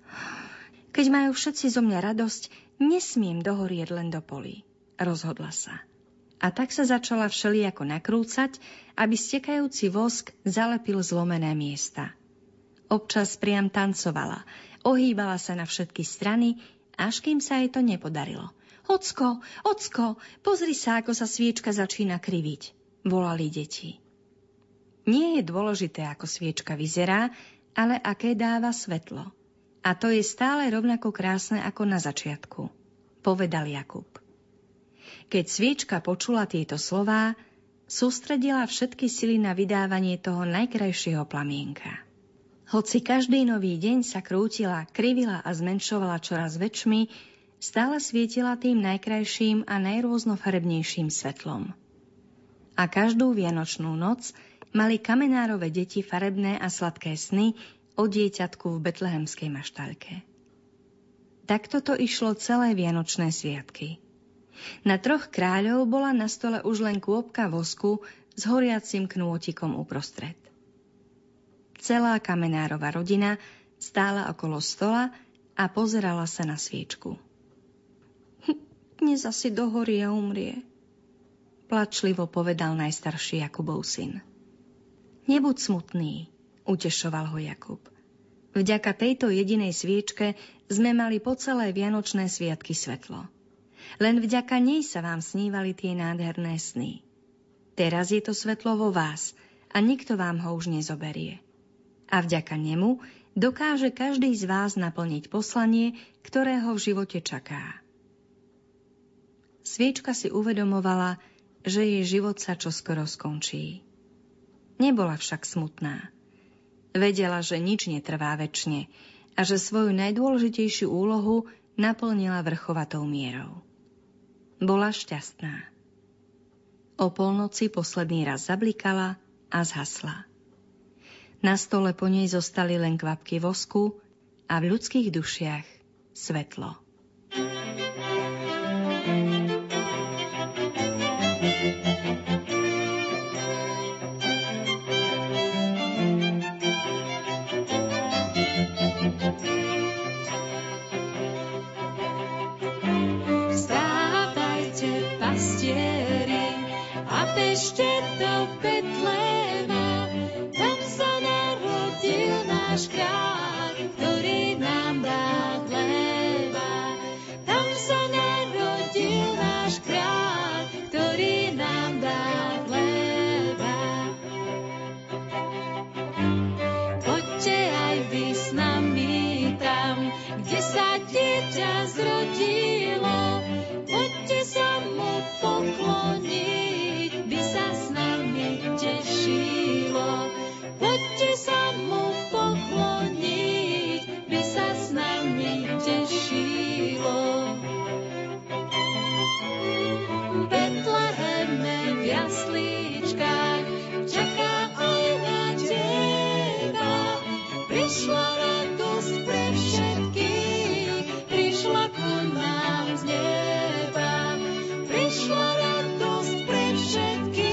Keď majú všetci zo mňa radosť, nesmiem dohorieť len do polí, rozhodla sa. A tak sa začala všelijako nakrúcať, aby stekajúci vosk zalepil zlomené miesta. Občas priam tancovala, ohýbala sa na všetky strany, až kým sa jej to nepodarilo. Ocko, ocko, pozri sa, ako sa sviečka začína kriviť, volali deti. Nie je dôležité, ako sviečka vyzerá, ale aké dáva svetlo. A to je stále rovnako krásne ako na začiatku, povedal Jakub. Keď sviečka počula tieto slová, sústredila všetky sily na vydávanie toho najkrajšieho plamienka. Hoci každý nový deň sa krútila, krivila a zmenšovala čoraz väčšmi, stále svietila tým najkrajším a najrôznofarebnejším svetlom. A každú vianočnú noc mali kamenárove deti farebné a sladké sny o dieťatku v betlehemskej maštaľke. Takto to išlo celé vianočné sviatky. Na 3 kráľov bola na stole už len kôpka vosku s horiacim knôtikom uprostred. Celá kamenárova rodina stála okolo stola a pozerala sa na sviečku. Dnes asi dohorí a umrie, plačlivo povedal najstarší Jakubov syn. Nebuď smutný, utešoval ho Jakub. Vďaka tejto jedinej sviečke sme mali po celé vianočné sviatky svetlo. Len vďaka nej sa vám snívali tie nádherné sny. Teraz je to svetlo vo vás a nikto vám ho už nezoberie. A vďaka nemu dokáže každý z vás naplniť poslanie, ktoré ho v živote čaká. Sviečka si uvedomovala, že jej život sa čoskoro skončí. Nebola však smutná. Vedela, že nič netrvá večne a že svoju najdôležitejšiu úlohu naplnila vrchovatou mierou. Bola šťastná. O polnoci posledný raz zablikala a zhasla. Na stole po nej zostali len kvapky vosku a v ľudských dušiach svetlo. Bežte do Betléma, tam sa narodil náš kráľ, ktorý nám dá chleba. Tam sa narodil náš kráľ, ktorý nám dá chleba. Poďte aj vy s nami tam, kde sa dieťa zrodilo, poďte sa mu pokloniť. Poďte sa mu pokloniť, by sa s nami tešilo. V Betleheme v jaslíčkach čaká aj na teba. Prišla radosť pre všetkých, prišla ku nám z neba. Prišla radosť pre všetkých.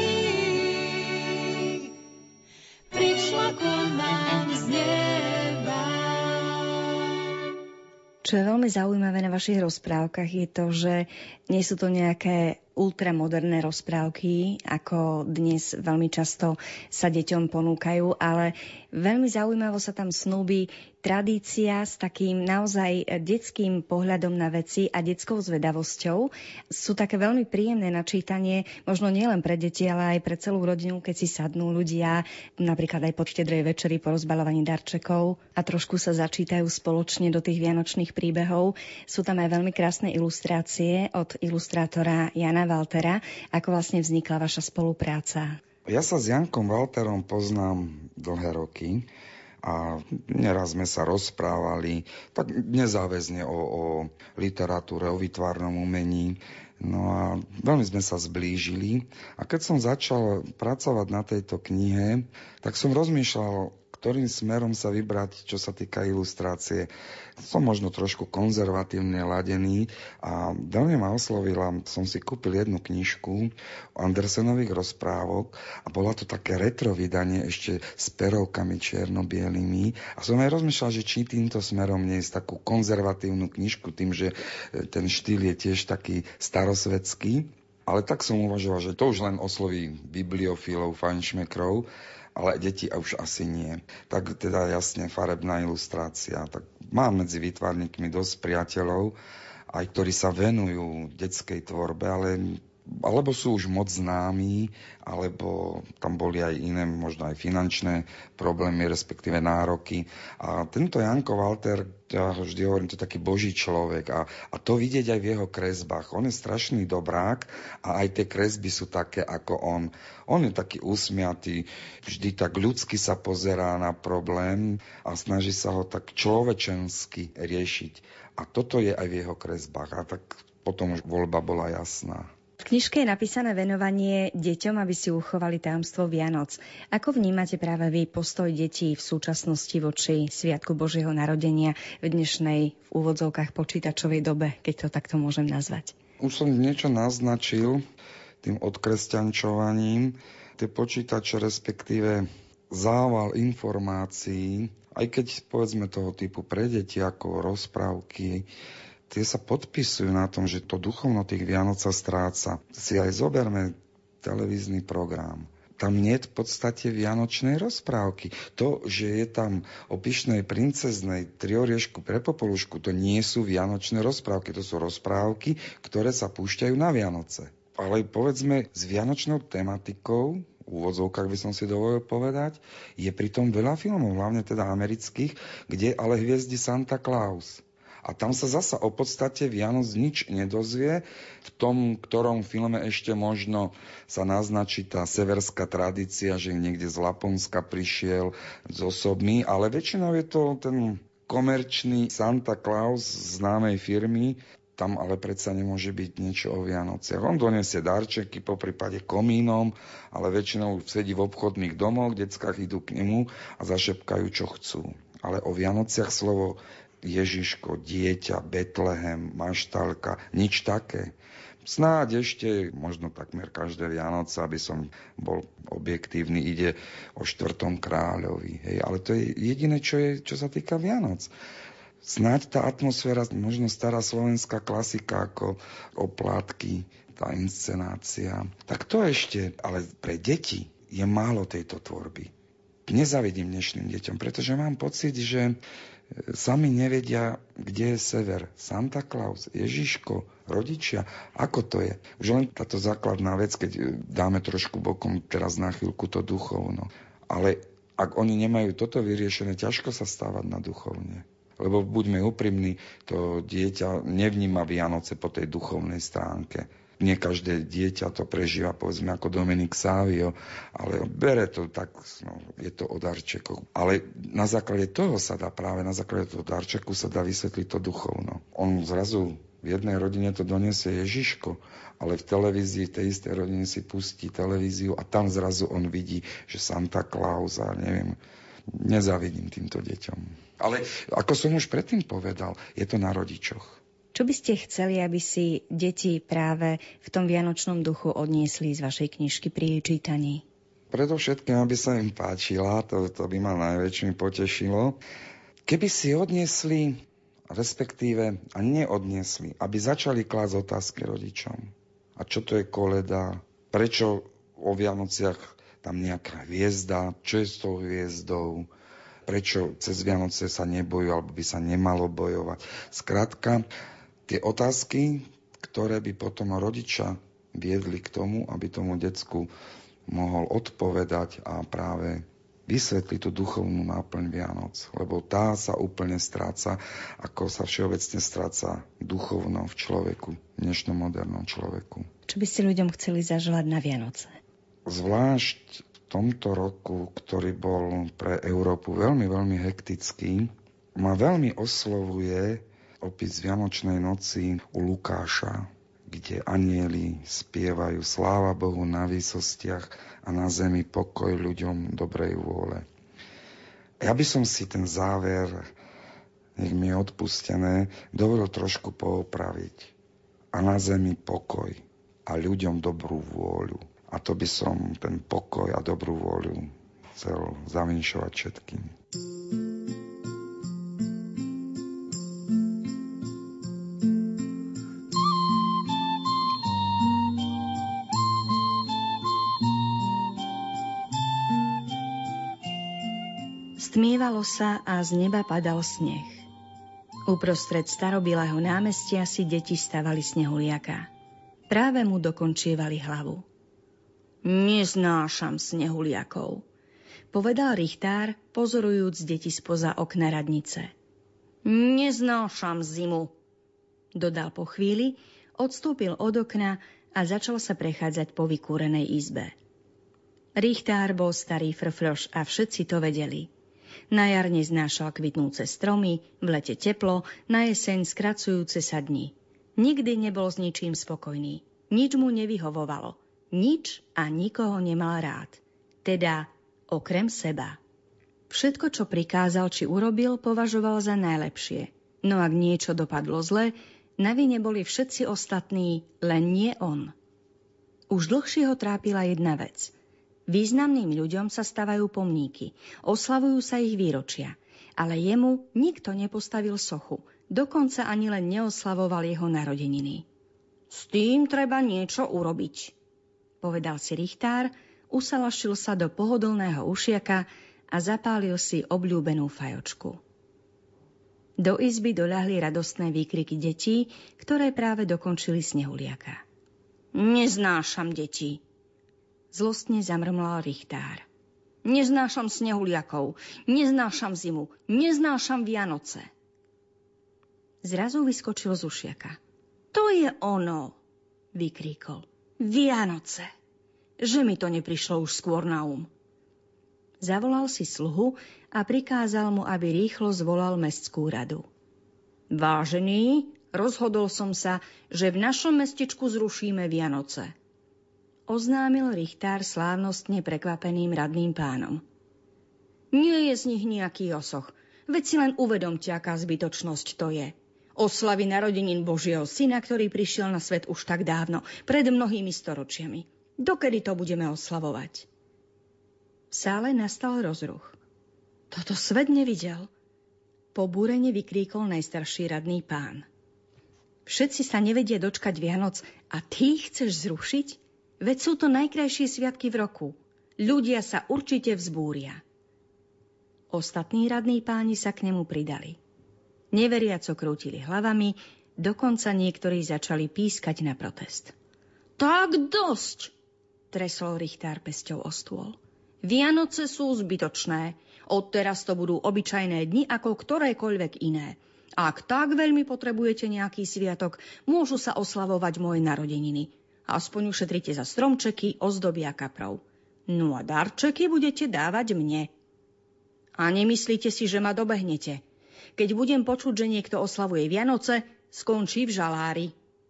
Čo je veľmi zaujímavé na vašich rozprávkach je to, že nie sú to nejaké ultramoderné rozprávky, ako dnes veľmi často sa deťom ponúkajú, ale veľmi zaujímavo sa tam snúbi tradícia s takým naozaj detským pohľadom na veci a detskou zvedavosťou. Sú také veľmi príjemné na čítanie, možno nielen pre deti, ale aj pre celú rodinu, keď si sadnú ľudia, napríklad aj po štedrej večeri po rozbaľovaní darčekov a trošku sa začítajú spoločne do tých vianočných príbehov. Sú tam aj veľmi krásne ilustrácie od ilustrátora Jana Waltera. Ako vlastne vznikla vaša spolupráca? Ja sa s Jankom Walterom poznám dlhé roky a neraz sme sa rozprávali tak nezáväzne o literatúre, o výtvarnom umení. No a veľmi sme sa zblížili. A keď som začal pracovať na tejto knihe, tak som rozmýšľal, ktorým smerom sa vybrať, čo sa týka ilustrácie. Som možno trošku konzervatívne ladený a veľmi ma oslovila, som si kúpil jednu knižku Andersenových rozprávok a bola to také retro vydanie ešte s perovkami čierno-bielými a som aj rozmýšľal, že či týmto smerom neísť takú konzervatívnu knižku, tým, že ten štýl je tiež taký starosvedský. Ale tak som uvažoval, že to už len osloví bibliofilov, fajnšmekrov, ale deti už asi nie. Tak teda jasne farebná ilustrácia. Tak mám medzi výtvarníkmi dosť priateľov, aj ktorí sa venujú detskej tvorbe, alebo sú už moc známi, alebo tam boli aj iné, možno aj finančné problémy, respektíve nároky. A tento Janko Walter, ja vždy hovorím, to je taký boží človek a to vidieť aj v jeho kresbách. On je strašný dobrák a aj tie kresby sú také ako on. On je taký usmiatý, vždy tak ľudsky sa pozerá na problém a snaží sa ho tak človečensky riešiť. A toto je aj v jeho kresbách. A tak potom už voľba bola jasná. V knižke je napísané venovanie deťom, aby si uchovali tajomstvo Vianoc. Ako vnímate práve vy postoj detí v súčasnosti voči Sviatku Božieho narodenia v dnešnej v úvodzovkách počítačovej dobe, keď to takto môžem nazvať? Už som niečo naznačil tým odkresťančovaním. Tie počítače, respektíve zával informácií, aj keď povedzme toho typu pre deti ako rozprávky, tie sa podpisujú na tom, že to duchovno tých Vianoc sa stráca. Si aj zoberme televízny program. Tam nie je v podstate vianočnej rozprávky. To, že je tam o pyšnej princeznej trioriešku pre popolušku, to nie sú vianočné rozprávky. To sú rozprávky, ktoré sa púšťajú na Vianoce. Ale povedzme, s vianočnou tematikou, v úvodzovkách by som si dovolil povedať, je pritom veľa filmov, hlavne teda amerických, kde ale hviezdi Santa Claus. A tam sa zasa o podstate Vianoc nič nedozvie. V tom, ktorom filme ešte možno sa naznačí tá severská tradícia, že niekde z Laponska prišiel s osobmi, ale väčšinou je to ten komerčný Santa Claus známej firmy. Tam ale predsa nemôže byť niečo o Vianociach. On donesie darčeky, poprípade komínom, ale väčšinou sedí v obchodných domoch, decká idú k nemu a zašepkajú, čo chcú. Ale o Vianociach slovo Ježiško, dieťa, Betlehem, maštalka, nič také. Snáď ešte, možno takmer každé Vianoce, aby som bol objektívny, ide o 4. kráľovi. Hej, ale to je jediné, čo sa týka Vianoc. Snáď tá atmosféra, možno stará slovenská klasika, ako oplátky, tá inscenácia. Tak to ešte, ale pre deti je málo tejto tvorby. Nezavidím dnešným deťom, pretože mám pocit, že sami nevedia, kde je sever. Santa Claus, Ježiško, rodičia, ako to je. Už len táto základná vec, keď dáme trošku bokom teraz na chvíľku to duchovno. Ale ak oni nemajú toto vyriešené, ťažko sa stávať na duchovne. Lebo buďme úprimní, to dieťa nevníma Vianoce po tej duchovnej stránke. Nie každé dieťa to prežíva, povedzme, ako Dominik Savio, ale bere to tak, je to o darčekoch. Ale na základe toho sa dá, práve na základe toho darčeku sa dá vysvetliť to duchovno. On zrazu v jednej rodine to donesie Ježiško, ale v televízii, v tej istej rodine si pustí televíziu a tam zrazu on vidí, že Santa Claus a neviem, nezávidím týmto deťom. Ale ako som už predtým povedal, je to na rodičoch. Čo by ste chceli, aby si deti práve v tom vianočnom duchu odniesli z vašej knižky pri jej čítaní? Predovšetkým, aby sa im páčila, to by ma najväčším potešilo. Keby si odniesli, respektíve a neodniesli, aby začali klásť otázky rodičom. A čo to je koleda? Prečo o Vianociach tam nejaká hviezda? Čo je s tou hviezdou? Prečo cez Vianoce sa nebojujú, alebo by sa nemalo bojovať? Skrátka, tie otázky, ktoré by potom rodičia viedli k tomu, aby tomu decku mohol odpovedať a práve vysvetliť tú duchovnú náplň Vianoc. Lebo tá sa úplne stráca, ako sa všeobecne stráca duchovno v človeku, v dnešnom modernom človeku. Čo by ste ľuďom chceli zaželať na Vianoce? Zvlášť v tomto roku, ktorý bol pre Európu veľmi, veľmi hektický, ma veľmi oslovuje opis Vianočnej noci u Lukáša, kde anjeli spievajú sláva Bohu na výsostiach a na zemi pokoj ľuďom dobrej vôle. Ja by som si ten záver, nech mi je odpustené, dovolil trošku poopraviť. A na zemi pokoj a ľuďom dobrú vôľu. A to by som ten pokoj a dobrú vôľu chcel zavinšovať všetkým. Stmívalo sa a z neba padal sneh. Uprostred starobilého námestia si deti stavali snehuliaka. Práve mu dokončievali hlavu. Neznášam snehuliakov, povedal Richtár, pozorujúc deti spoza okna radnice. Neznášam zimu, dodal po chvíli, odstúpil od okna a začal sa prechádzať po vykúrenej izbe. Richtár bol starý frfroš a všetci to vedeli. Na jar neznášal kvitnúce stromy, v lete teplo, na jeseň skracujúce sa dni. Nikdy nebol s ničím spokojný. Nič mu nevyhovovalo. Nič a nikoho nemal rád. Teda okrem seba. Všetko, čo prikázal či urobil, považoval za najlepšie. No ak niečo dopadlo zle, na vine boli všetci ostatní, len nie on. Už dlhšie ho trápila jedna vec. Významným ľuďom sa stavajú pomníky, oslavujú sa ich výročia, ale jemu nikto nepostavil sochu, dokonca ani len neoslavoval jeho narodeniny. S tým treba niečo urobiť, povedal si Richtár, usalašil sa do pohodlného ušiaka a zapálil si obľúbenú fajočku. Do izby doľahli radostné výkriky detí, ktoré práve dokončili snehuliaka. Neznášam deti, zlostne zamrmlal Richtár. Neznášam snehuliakov, neznášam zimu, neznášam Vianoce. Zrazu vyskočil z ušiaka. To je ono, vykríkol. Vianoce. Že mi to neprišlo už skôr na Zavolal si sluhu a prikázal mu, aby rýchlo zvolal mestskú radu. Vážený, rozhodol som sa, že v našom mestečku zrušíme Vianoce, oznámil Richtár slávnostne prekvapeným radným pánom. Nie je z nich nejaký osoch, veď si len uvedomte, aká zbytočnosť to je. Oslavy narodenín Božieho syna, ktorý prišiel na svet už tak dávno, pred mnohými storočiami. Dokedy to budeme oslavovať? V sále nastal rozruch. Toto svet nevidel. Pobúrene vykríkol najstarší radný pán. Všetci sa nevedia dočkať Vianoc a ty chceš zrušiť? Veď sú to najkrajšie sviatky v roku. Ľudia sa určite vzbúria. Ostatní radní páni sa k nemu pridali. Neveriaco krútili hlavami, dokonca niektorí začali pískať na protest. Tak dosť, tresol Richtár pesťou o stôl. Vianoce sú zbytočné. Odteraz to budú obyčajné dni ako ktorékoľvek iné. Ak tak veľmi potrebujete nejaký sviatok, môžu sa oslavovať moje narodeniny. Aspoň ušetrite za stromčeky, ozdoby a kaprov. No a darčeky budete dávať mne. A nemyslíte si, že ma dobehnete. Keď budem počuť, že niekto oslavuje Vianoce, skončí v žalári.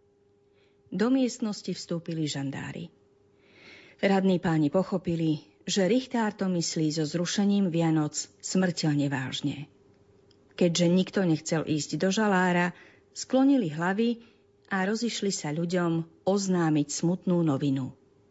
Do miestnosti vstúpili žandári. Radní páni pochopili, že Richtár to myslí so zrušením Vianoc smrteľne vážne. Keďže nikto nechcel ísť do žalára, sklonili hlavy a rozišli sa ľuďom oznámiť smutnú novinu.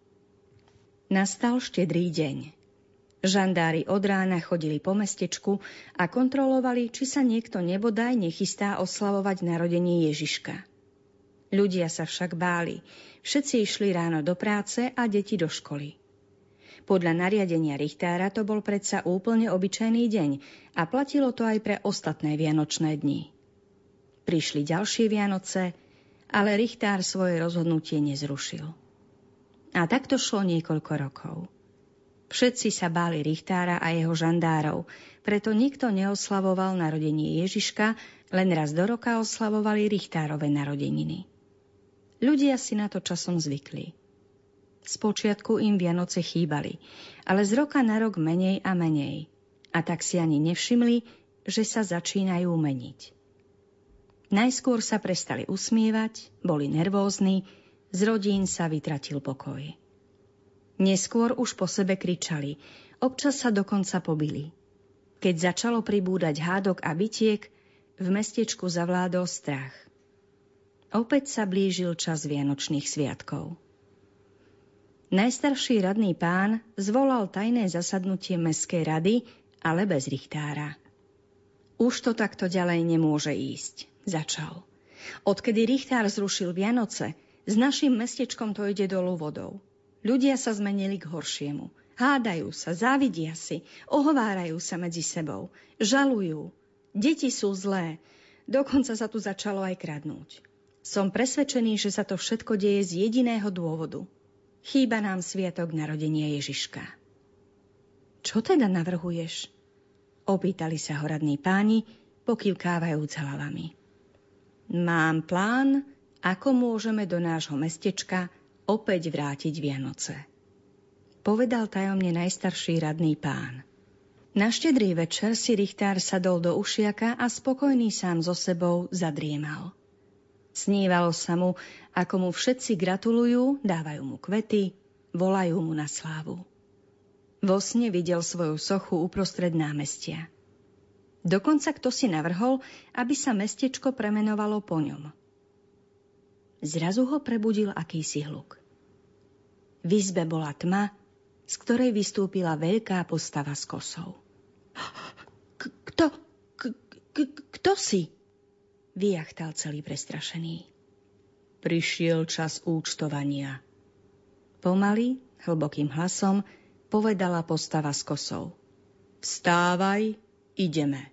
Nastal štedrý deň. Žandári od rána chodili po mestečku a kontrolovali, či sa niekto nebodaj nechystá oslavovať narodenie Ježiška. Ľudia sa však báli. Všetci išli ráno do práce a deti do školy. Podľa nariadenia Richtára to bol predsa úplne obyčajný deň a platilo to aj pre ostatné vianočné dni. Prišli ďalšie Vianoce, ale Richtár svoje rozhodnutie nezrušil. A takto šlo niekoľko rokov. Všetci sa báli Richtára a jeho žandárov, preto nikto neoslavoval narodenie Ježiška, len raz do roka oslavovali Richtárove narodeniny. Ľudia si na to časom zvykli. Spočiatku im Vianoce chýbali, ale z roka na rok menej a menej. A tak si ani nevšimli, že sa začínajú meniť. Najskôr sa prestali usmievať, boli nervózni, z rodín sa vytratil pokoj. Neskôr už po sebe kričali, občas sa dokonca pobili. Keď začalo pribúdať hádok a bitiek, v mestečku zavládol strach. Opäť sa blížil čas vianočných sviatkov. Najstarší radný pán zvolal tajné zasadnutie mestskej rady, ale bez Richtára. Už to takto ďalej nemôže ísť, začal. Odkedy Richtár zrušil Vianoce, s našim mestečkom to ide dolu vodou. Ľudia sa zmenili k horšiemu. Hádajú sa, závidia si, ohovárajú sa medzi sebou, žalujú. Deti sú zlé, dokonca sa tu začalo aj kradnúť. Som presvedčený, že sa to všetko deje z jediného dôvodu. Chýba nám sviatok narodenia Ježiška. Čo teda navrhuješ? Opýtali sa horadní páni, pokývkávajúc hlavami. Mám plán, ako môžeme do nášho mestečka opäť vrátiť Vianoce. Povedal tajomne najstarší radný pán. Na štedrý večer si Richtár sadol do ušiaka a spokojný sám so sebou zadriemal. Snívalo sa mu, ako mu všetci gratulujú, dávajú mu kvety, volajú mu na slávu. Vo sne videl svoju sochu uprostred námestia. Dokonca kto si navrhol, aby sa mestečko premenovalo po ňom. Zrazu ho prebudil akýsi hluk. V izbe bola tma, z ktorej vystúpila veľká postava s kosou. Kto si? Vyjachtal celý prestrašený. Prišiel čas účtovania. Pomaly, hlbokým hlasom povedala postava s kosou. Vstávaj, ideme.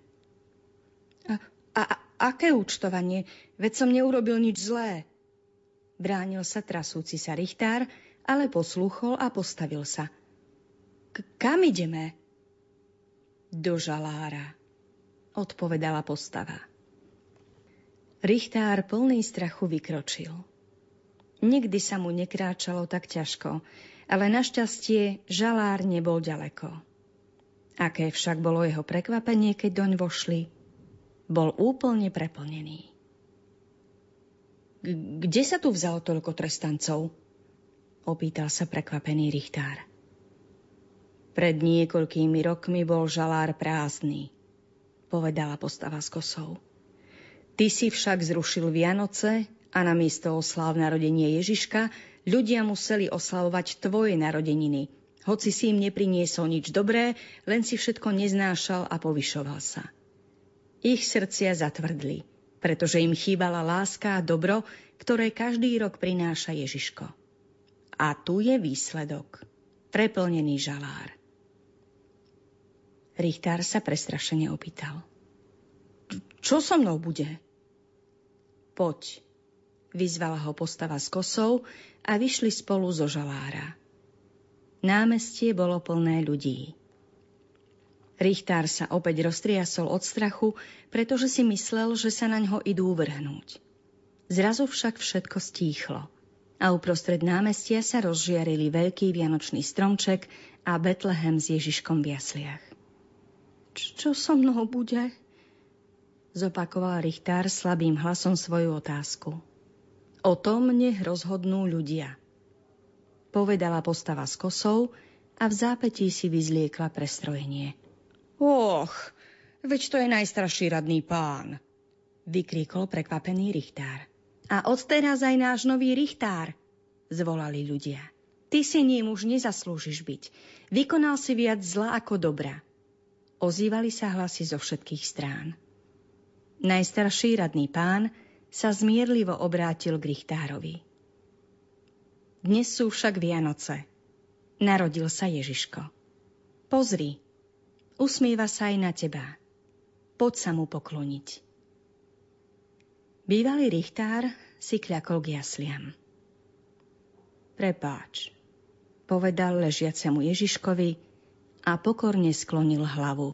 Aké účtovanie? Veď som neurobil nič zlé. Bránil sa trasúci sa Richtár, ale poslúchol a postavil sa. Kam ideme? Do žalára, odpovedala postava. Richtár plný strachu vykročil. Nikdy sa mu nekráčalo tak ťažko, ale našťastie žalár nebol ďaleko. Aké však bolo jeho prekvapenie, keď doň vošli? Bol úplne preplnený. Kde sa tu vzalo toľko trestancov? Opýtal sa prekvapený Richtár. Pred niekoľkými rokmi bol žalár prázdny, povedala postava s kosou. Ty si však zrušil Vianoce a namiesto osláv narodenie Ježiška ľudia museli oslavovať tvoje narodeniny, hoci si im nepriniesol nič dobré, len si všetko neznášal a povyšoval sa. Ich srdcia zatvrdli, pretože im chýbala láska a dobro, ktoré každý rok prináša Ježiško. A tu je výsledok. Preplnený žalár. Richtár sa prestrašene opýtal. Čo so mnou bude? Poď, vyzvala ho postava s kosou a vyšli spolu zo žalára. Námestie bolo plné ľudí. Richtár sa opäť roztriasol od strachu, pretože si myslel, že sa naňho idú vrhnúť. Zrazu však všetko stíchlo a uprostred námestia sa rozžiarili veľký vianočný stromček a Betlehem s Ježiškom v jasliach. Čo so mnou bude? Zopakoval Richtár slabým hlasom svoju otázku. O tom nech rozhodnú ľudia. Povedala postava s kosou a v zápätí si vyzliekla prestrojenie. Och, veď to je najstarší radný pán, vykríkol prekvapený Richtár. A odteraz aj náš nový Richtár, zvolali ľudia. Ty si ním už nezaslúžiš byť. Vykonal si viac zla ako dobra. Ozývali sa hlasy zo všetkých strán. Najstarší radný pán sa zmierlivo obrátil k Richtárovi. Dnes sú však Vianoce. Narodil sa Ježiško. Pozri, usmieva sa aj na teba. Poď sa mu pokloniť. Bývalý Richtár si kľakol k jasliam. Prepáč, povedal ležiacemu Ježiškovi a pokorne sklonil hlavu.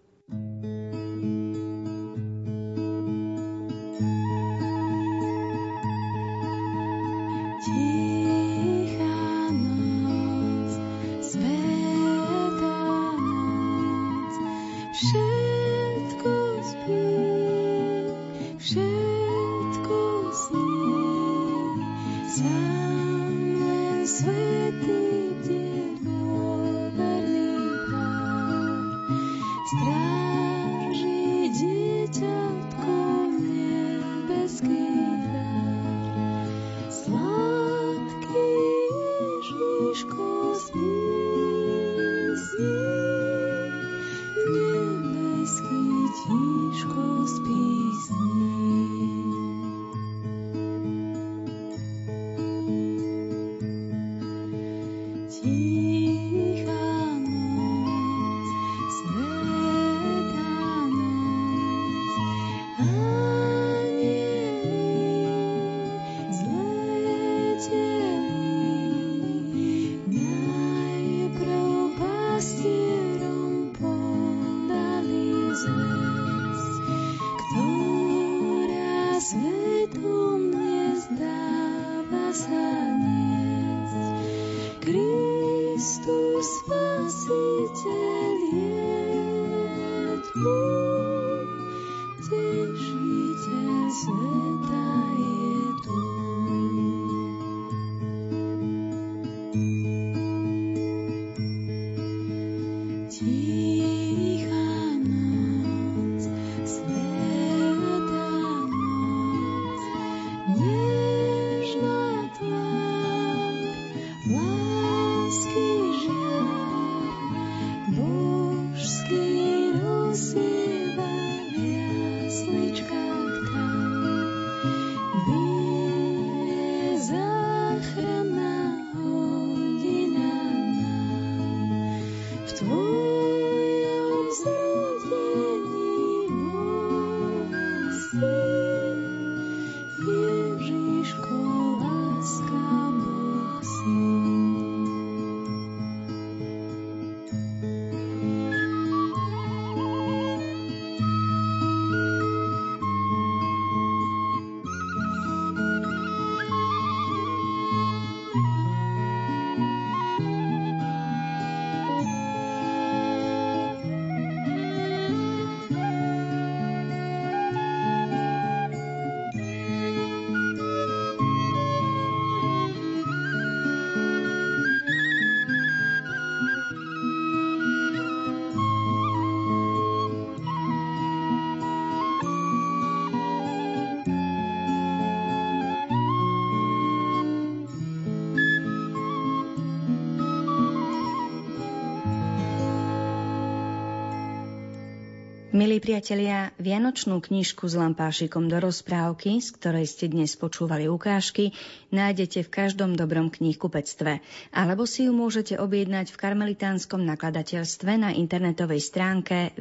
Milí priatelia, vianočnú knižku s lampášikom do rozprávky, z ktorej ste dnes počúvali ukážky, nájdete v každom dobrom knihkupectve, alebo si ju môžete objednať v karmelitánskom nakladateľstve na internetovej stránke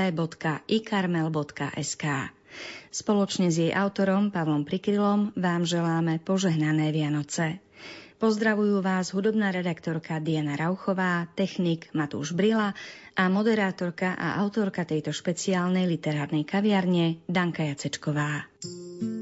www.ikarmel.sk. Spoločne s jej autorom Pavlom Prikrylom vám želáme požehnané Vianoce. Pozdravujú vás hudobná redaktorka Diana Rauchová, technik Matúš Brila a moderátorka a autorka tejto špeciálnej literárnej kaviarne Danka Jacečková.